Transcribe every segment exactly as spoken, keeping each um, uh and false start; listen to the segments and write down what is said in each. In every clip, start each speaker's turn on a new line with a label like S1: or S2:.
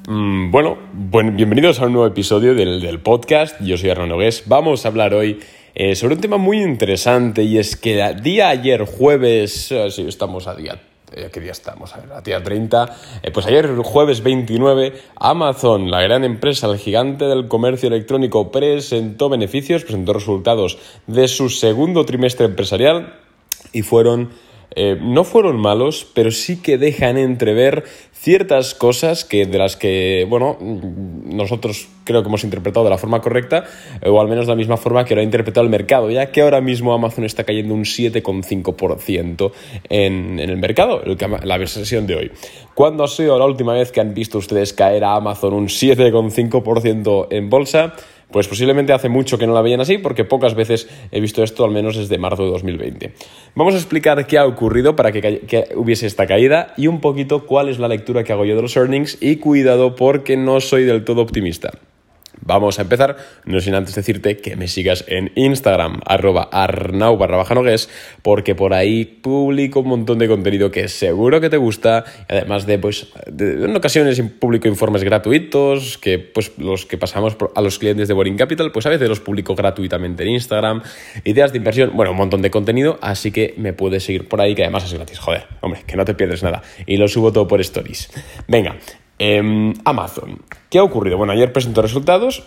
S1: Mm, bueno, buen, bienvenidos a un nuevo episodio del, del podcast. Yo soy Hernán Nogués. Vamos a hablar hoy eh, sobre un tema muy interesante, y es que el día ayer jueves, eh, sí, estamos a día, eh, ¿qué día estamos? A ver, a día treinta, eh, pues ayer jueves veintinueve, Amazon, la gran empresa, el gigante del comercio electrónico, presentó beneficios, presentó resultados de su segundo trimestre empresarial y fueron... Eh, no fueron malos, pero sí que dejan entrever ciertas cosas que de las que, bueno, nosotros creo que hemos interpretado de la forma correcta, o al menos de la misma forma que lo ha interpretado el mercado, ya que ahora mismo Amazon está cayendo un siete coma cinco por ciento en, en el mercado, el, la versión de hoy. ¿Cuándo ha sido la última vez que han visto ustedes caer a Amazon un siete coma cinco por ciento en bolsa? Pues posiblemente hace mucho que no la veían así, porque pocas veces he visto esto, al menos desde marzo de dos mil veinte. Vamos a explicar qué ha ocurrido para que, que hubiese esta caída y un poquito cuál es la lectura que hago yo de los earnings, y cuidado porque no soy del todo optimista. Vamos a empezar, no sin antes decirte que me sigas en Instagram, arroba arnau barra baja nogués, porque por ahí publico un montón de contenido que seguro que te gusta, y además de, pues, de, en ocasiones publico informes gratuitos, que pues los que pasamos a los clientes de Boring Capital, pues a veces los publico gratuitamente en Instagram, ideas de inversión, bueno, un montón de contenido, así que me puedes seguir por ahí, que además es gratis, joder, hombre, que no te pierdes nada, y lo subo todo por stories. Venga. Eh, Amazon, ¿qué ha ocurrido? Bueno, ayer presentó resultados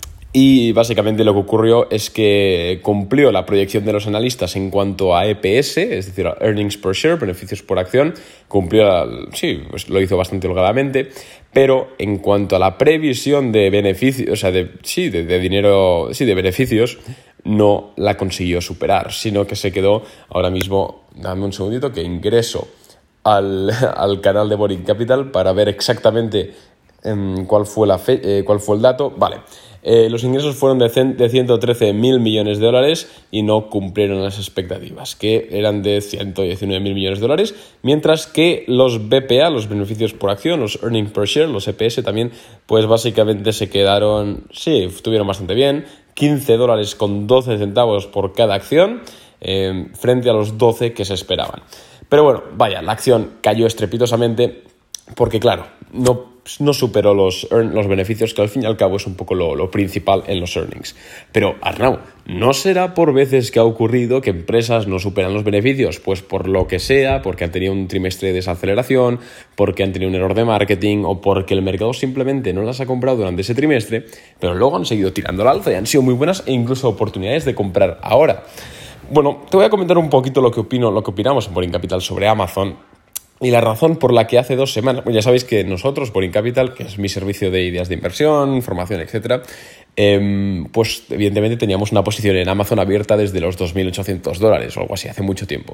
S1: y básicamente lo que ocurrió es que cumplió la proyección de los analistas en cuanto a E P S, es decir, a Earnings Per Share, beneficios por acción, cumplió, la, sí, pues lo hizo bastante holgadamente, pero en cuanto a la previsión de beneficios, o sea, de, sí, de, de dinero, sí, de beneficios, no la consiguió superar, sino que se quedó ahora mismo, dame un segundito, que ingreso Al, al canal de Boring Capital para ver exactamente eh, cuál fue la fe, eh, cuál fue el dato. Vale, eh, los ingresos fueron de, de ciento trece mil millones de dólares y no cumplieron las expectativas, que eran de ciento diecinueve mil millones de dólares, mientras que los B P A, los beneficios por acción, los Earnings Per Share, los E P S también, pues básicamente se quedaron, sí, estuvieron bastante bien, quince dólares con doce centavos por cada acción, eh, frente a los doce que se esperaban. Pero bueno, vaya, la acción cayó estrepitosamente porque, claro, no, no superó los, earn, los beneficios, que al fin y al cabo es un poco lo, lo principal en los earnings. Pero, Arnau, ¿no será por veces que ha ocurrido que empresas no superan los beneficios? Pues por lo que sea, porque han tenido un trimestre de desaceleración, porque han tenido un error de marketing o porque el mercado simplemente no las ha comprado durante ese trimestre, pero luego han seguido tirando al alza y han sido muy buenas e incluso oportunidades de comprar ahora. Bueno, te voy a comentar un poquito lo que opino, lo que opinamos en Boring Capital sobre Amazon, y la razón por la que hace dos semanas, pues ya sabéis que nosotros, Boring Capital, que es mi servicio de ideas de inversión, información, etcétera, eh, pues evidentemente teníamos una posición en Amazon abierta desde los dos mil ochocientos dólares o algo así, hace mucho tiempo.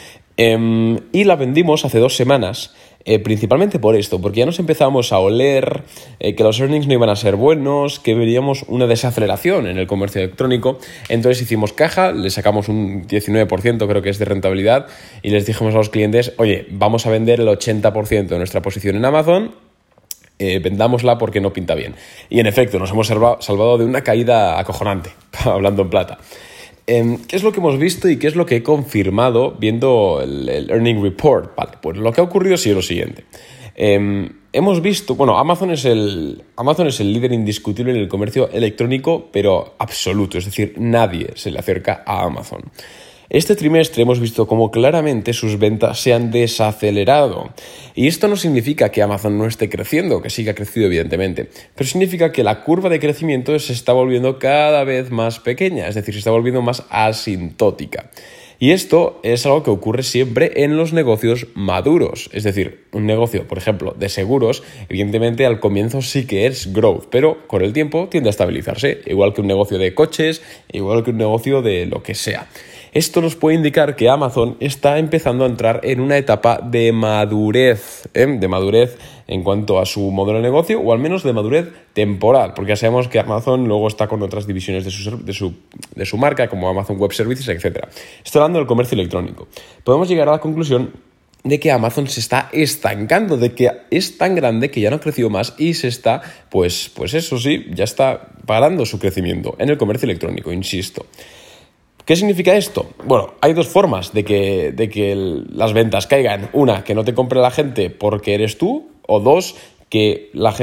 S1: Eh, y la vendimos hace dos semanas, eh, principalmente por esto, porque ya nos empezamos a oler eh, que los earnings no iban a ser buenos, que veríamos una desaceleración en el comercio electrónico. Entonces hicimos caja, le sacamos un diecinueve por ciento, creo que es de rentabilidad, y les dijimos a los clientes, oye, vamos a vender el ochenta por ciento de nuestra posición en Amazon, eh, vendámosla porque no pinta bien. Y en efecto, nos hemos salvado de una caída acojonante, hablando en plata. Eh, ¿Qué es lo que hemos visto y qué es lo que he confirmado viendo el, el Earning Report? Vale, pues lo que ha ocurrido ha sido lo siguiente. Eh, hemos visto, bueno, Amazon es el Amazon es el líder indiscutible en el comercio electrónico, pero absoluto, es decir, nadie se le acerca a Amazon. Este trimestre hemos visto cómo claramente sus ventas se han desacelerado. Y esto no significa que Amazon no esté creciendo, que sí que ha crecido evidentemente, pero significa que la curva de crecimiento se está volviendo cada vez más pequeña, es decir, se está volviendo más asintótica. Y esto es algo que ocurre siempre en los negocios maduros. Es decir, un negocio, por ejemplo, de seguros, evidentemente al comienzo sí que es growth, pero con el tiempo tiende a estabilizarse, igual que un negocio de coches, igual que un negocio de lo que sea. Esto nos puede indicar que Amazon está empezando a entrar en una etapa de madurez, ¿eh? de madurez en cuanto a su modelo de negocio, o al menos de madurez temporal, porque ya sabemos que Amazon luego está con otras divisiones de su, de su, de su marca, como Amazon Web Services, etcétera. Estoy hablando del comercio electrónico. Podemos llegar a la conclusión de que Amazon se está estancando, de que es tan grande que ya no ha crecido más y se está, pues, pues eso sí, ya está parando su crecimiento en el comercio electrónico, insisto. ¿Qué significa esto? Bueno, hay dos formas de que, de que el, las ventas caigan. Una, que no te compre la gente porque eres tú, o dos, que, la gente,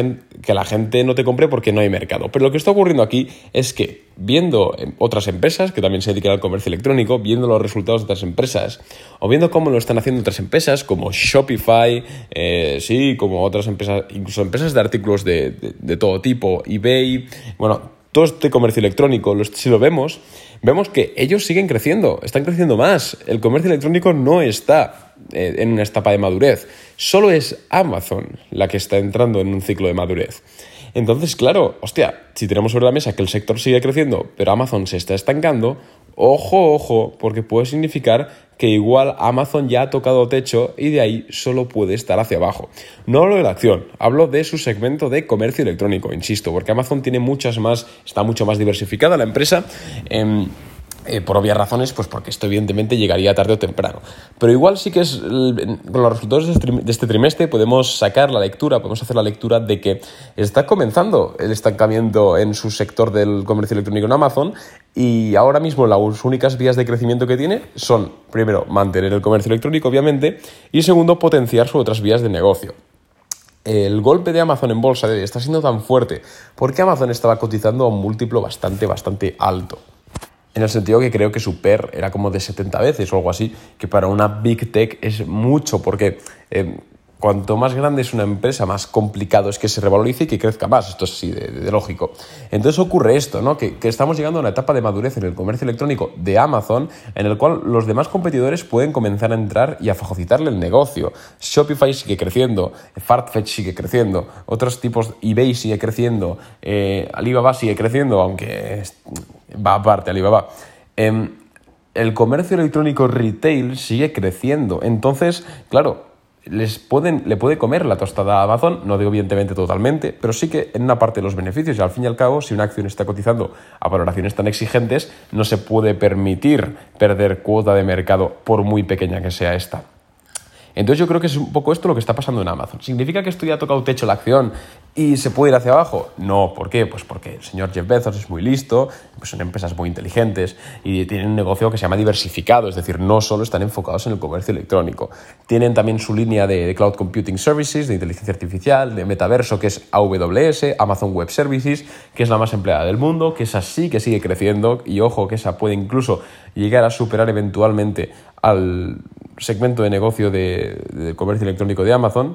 S1: que la gente no te compre porque no hay mercado. Pero lo que está ocurriendo aquí es que viendo otras empresas que también se dedican al comercio electrónico, viendo los resultados de otras empresas o viendo cómo lo están haciendo otras empresas como Shopify, eh, sí, como otras empresas, incluso empresas de artículos de, de, de todo tipo, eBay, bueno, todo este comercio electrónico, si lo vemos, vemos que ellos siguen creciendo, están creciendo más. El comercio electrónico no está eh, en una etapa de madurez. Solo es Amazon la que está entrando en un ciclo de madurez. Entonces, claro, hostia, si tenemos sobre la mesa que el sector sigue creciendo, pero Amazon se está estancando, ojo, ojo, porque puede significar que igual Amazon ya ha tocado techo y de ahí solo puede estar hacia abajo. No hablo de la acción, hablo de su segmento de comercio electrónico, insisto, porque Amazon tiene muchas más, está mucho más diversificada la empresa, eh, Eh, por obvias razones, pues porque esto evidentemente llegaría tarde o temprano. Pero igual sí que es, con los resultados de este, de este trimestre podemos sacar la lectura, podemos hacer la lectura de que está comenzando el estancamiento en su sector del comercio electrónico en Amazon y ahora mismo las únicas vías de crecimiento que tiene son, primero, mantener el comercio electrónico, obviamente, y segundo, potenciar sus otras vías de negocio. El golpe de Amazon en bolsa está siendo tan fuerte porque Amazon estaba cotizando a un múltiplo bastante, bastante alto. En el sentido que creo que su P E R era como de setenta veces o algo así, que para una Big Tech es mucho, porque eh, cuanto más grande es una empresa, más complicado es que se revalorice y que crezca más. Esto es así de, de lógico. Entonces ocurre esto, ¿no? Que, que estamos llegando a una etapa de madurez en el comercio electrónico de Amazon, en el cual los demás competidores pueden comenzar a entrar y a fagocitarle el negocio. Shopify sigue creciendo, Farfetch sigue creciendo, otros tipos, eBay sigue creciendo, eh, Alibaba sigue creciendo, aunque va aparte Alibaba. Eh, el comercio electrónico retail sigue creciendo. Entonces, claro, les pueden, le puede comer la tostada a Amazon, no digo evidentemente totalmente, pero sí que en una parte de los beneficios. Y al fin y al cabo, si una acción está cotizando a valoraciones tan exigentes, no se puede permitir perder cuota de mercado por muy pequeña que sea esta. Entonces yo creo que es un poco esto lo que está pasando en Amazon. ¿Significa que esto ya ha tocado techo la acción y se puede ir hacia abajo? No, ¿por qué? Pues porque el señor Jeff Bezos es muy listo, pues son empresas muy inteligentes y tienen un negocio que se llama diversificado, es decir, no solo están enfocados en el comercio electrónico. Tienen también su línea de, de Cloud Computing Services, de inteligencia artificial, de metaverso, que es A W S, Amazon Web Services, que es la más empleada del mundo, que esa sí que sigue creciendo y ojo que esa puede incluso llegar a superar eventualmente al segmento de negocio de, de comercio electrónico de Amazon.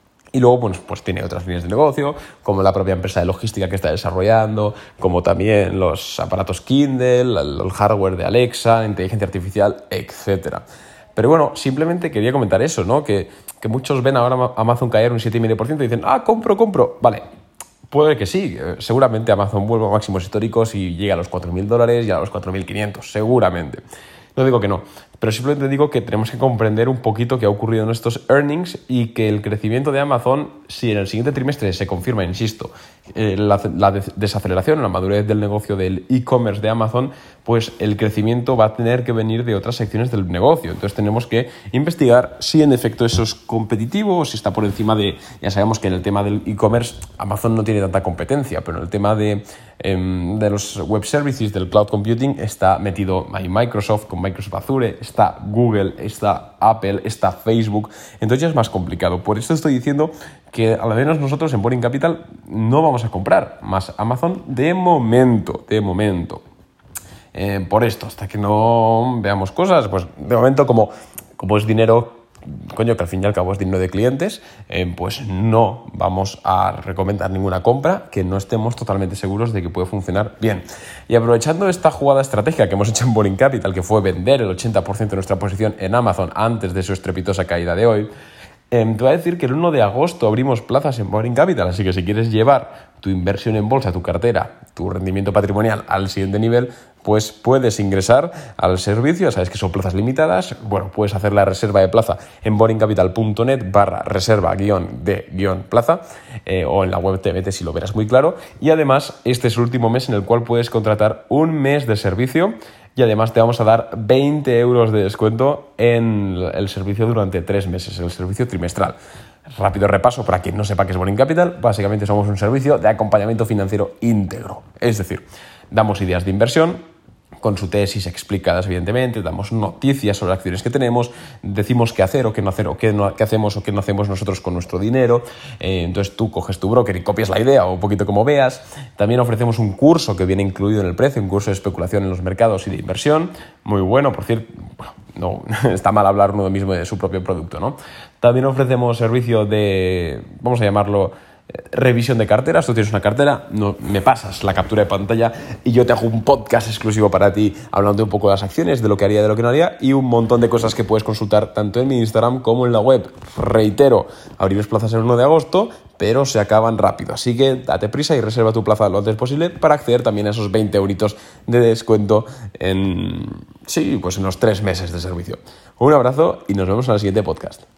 S1: Y luego pues, pues tiene otras líneas de negocio, como la propia empresa de logística que está desarrollando, como también los aparatos Kindle, el, el hardware de Alexa, inteligencia artificial, etcétera. Pero bueno, simplemente quería comentar eso, ¿no? Que, que muchos ven ahora Amazon caer un siete coma cinco por ciento y dicen, ah, compro, compro. Vale, puede que sí, seguramente Amazon vuelva a máximos históricos y llegue a los cuatro mil dólares y a los cuatro mil quinientos, seguramente. No digo que no, pero simplemente digo que tenemos que comprender un poquito qué ha ocurrido en estos earnings y que el crecimiento de Amazon, si en el siguiente trimestre se confirma, insisto, eh, la, la desaceleración, la madurez del negocio del e-commerce de Amazon, pues el crecimiento va a tener que venir de otras secciones del negocio. Entonces tenemos que investigar si en efecto eso es competitivo o si está por encima de... Ya sabemos que en el tema del e-commerce Amazon no tiene tanta competencia, pero en el tema de, eh, de los web services, del cloud computing, está metido ahí Microsoft con Microsoft Azure, está Google, está Apple, está Facebook, entonces ya es más complicado. Por eso estoy diciendo que al menos nosotros en Boring Capital no vamos a comprar más Amazon de momento, de momento. Eh, por esto, hasta que no veamos cosas, pues de momento como, como es dinero, coño, que al fin y al cabo es dinero de clientes, eh, pues no vamos a recomendar ninguna compra que no estemos totalmente seguros de que puede funcionar bien. Y aprovechando esta jugada estratégica que hemos hecho en Boring Capital, que fue vender el ochenta por ciento de nuestra posición en Amazon antes de su estrepitosa caída de hoy, eh, te voy a decir que el uno de agosto abrimos plazas en Boring Capital, así que si quieres llevar tu inversión en bolsa, tu cartera, tu rendimiento patrimonial al siguiente nivel, pues puedes ingresar al servicio. Sabes que son plazas limitadas. Bueno, puedes hacer la reserva de plaza en boringcapital.net barra reserva guión de guión plaza eh, o en la web T B T si lo verás muy claro. Y además, este es el último mes en el cual puedes contratar un mes de servicio y además te vamos a dar veinte euros de descuento en el servicio durante tres meses, el servicio trimestral. Rápido repaso para quien no sepa qué es Boring Capital. Básicamente somos un servicio de acompañamiento financiero íntegro. Es decir, damos ideas de inversión, con su tesis explicadas, evidentemente, damos noticias sobre las acciones que tenemos, decimos qué hacer o qué no hacer, o qué, no, qué hacemos o qué no hacemos nosotros con nuestro dinero. Eh, entonces tú coges tu broker y copias la idea o un poquito como veas. También ofrecemos un curso que viene incluido en el precio, un curso de especulación en los mercados y de inversión, muy bueno, por cierto. Bueno, no está mal hablar uno mismo de su propio producto, ¿no? También ofrecemos servicio de, vamos a llamarlo, revisión de carteras. Tú tienes una cartera, no, me pasas la captura de pantalla y yo te hago un podcast exclusivo para ti hablando un poco de las acciones, de lo que haría, de lo que no haría, y un montón de cosas que puedes consultar tanto en mi Instagram como en la web. Reitero, abrimos plazas el uno de agosto, pero se acaban rápido, así que date prisa y reserva tu plaza lo antes posible para acceder también a esos veinte euritos de descuento en, sí, pues en los tres meses de servicio. Un abrazo y nos vemos en el siguiente podcast.